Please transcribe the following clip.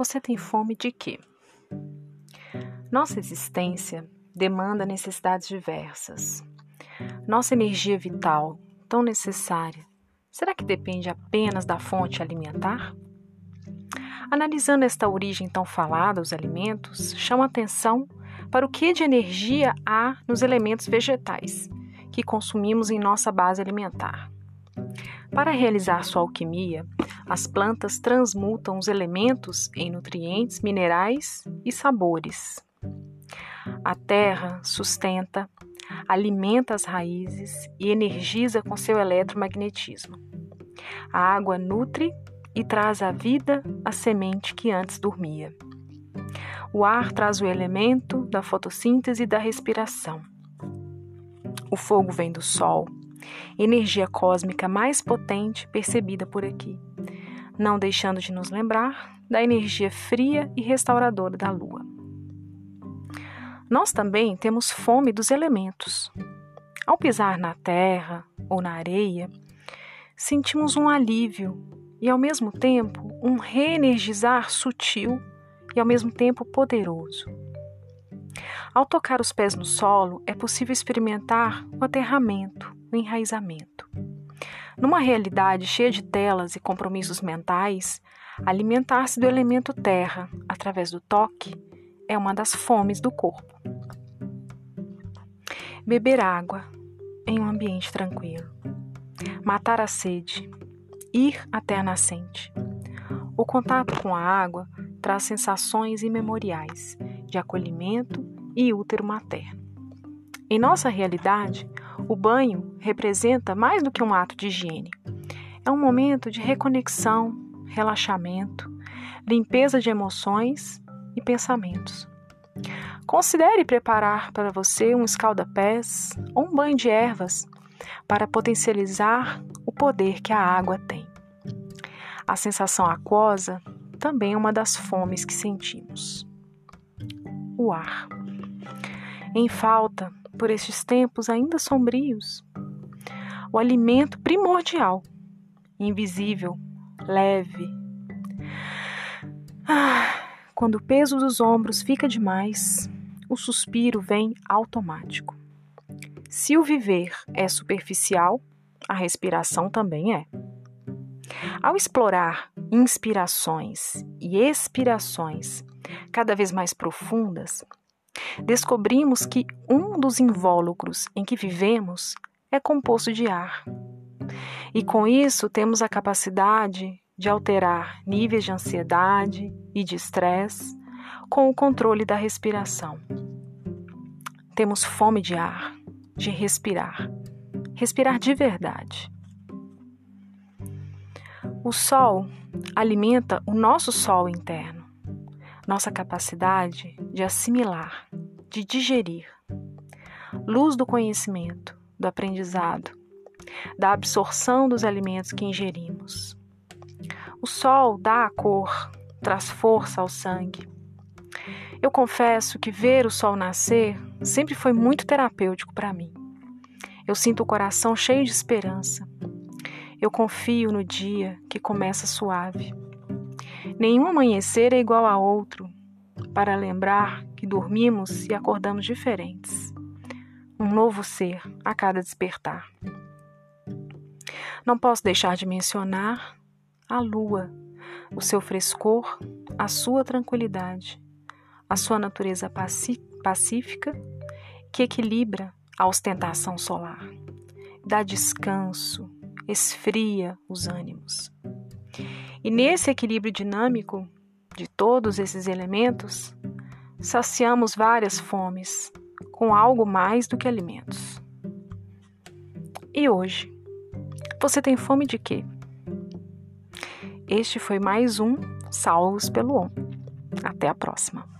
Você tem fome de quê? Nossa existência demanda necessidades diversas. Nossa energia vital, tão necessária, será que depende apenas da fonte alimentar? Analisando esta origem tão falada dos alimentos, chama atenção para o que de energia há nos elementos vegetais que consumimos em nossa base alimentar. Para realizar sua alquimia, as plantas transmutam os elementos em nutrientes, minerais e sabores. A terra sustenta, alimenta as raízes e energiza com seu eletromagnetismo. A água nutre e traz à vida a semente que antes dormia. O ar traz o elemento da fotossíntese e da respiração. O fogo vem do sol, energia cósmica mais potente percebida por aqui, não deixando de nos lembrar da energia fria e restauradora da lua. Nós também temos fome dos elementos. Ao pisar na terra ou na areia, sentimos um alívio e, ao mesmo tempo, um reenergizar sutil e, ao mesmo tempo, poderoso. Ao tocar os pés no solo, é possível experimentar o aterramento, o enraizamento. Numa realidade cheia de telas e compromissos mentais, alimentar-se do elemento terra, através do toque, é uma das fomes do corpo. Beber água em um ambiente tranquilo. Matar a sede. Ir até a nascente. O contato com a água traz sensações imemoriais de acolhimento e útero materno. Em nossa realidade, o banho representa mais do que um ato de higiene. É um momento de reconexão, relaxamento, limpeza de emoções e pensamentos. Considere preparar para você um escalda-pés ou um banho de ervas para potencializar o poder que a água tem. A sensação aquosa também é uma das fomes que sentimos. O ar. Em falta, por estes tempos ainda sombrios, o alimento primordial, invisível, leve. Quando o peso dos ombros fica demais, o suspiro vem automático. Se o viver é superficial, a respiração também é. Ao explorar inspirações e expirações cada vez mais profundas, descobrimos que um dos invólucros em que vivemos é composto de ar. E com isso temos a capacidade de alterar níveis de ansiedade e de estresse com o controle da respiração. Temos fome de ar, de respirar de verdade. O sol alimenta o nosso sol interno, nossa capacidade de assimilar, de digerir, luz do conhecimento, do aprendizado, da absorção dos alimentos que ingerimos. O sol dá a cor, traz força ao sangue. Eu confesso que ver o sol nascer sempre foi muito terapêutico para mim. Eu sinto o coração cheio de esperança. Eu confio no dia que começa suave. Nenhum amanhecer é igual a outro, para lembrar que dormimos e acordamos diferentes. Um novo ser a cada despertar. Não posso deixar de mencionar a lua, o seu frescor, a sua tranquilidade, a sua natureza pacífica que equilibra a ostentação solar, dá descanso, esfria os ânimos. E nesse equilíbrio dinâmico de todos esses elementos, saciamos várias fomes com algo mais do que alimentos. E hoje, você tem fome de quê? Este foi mais um Salvos pelo ON. Até a próxima.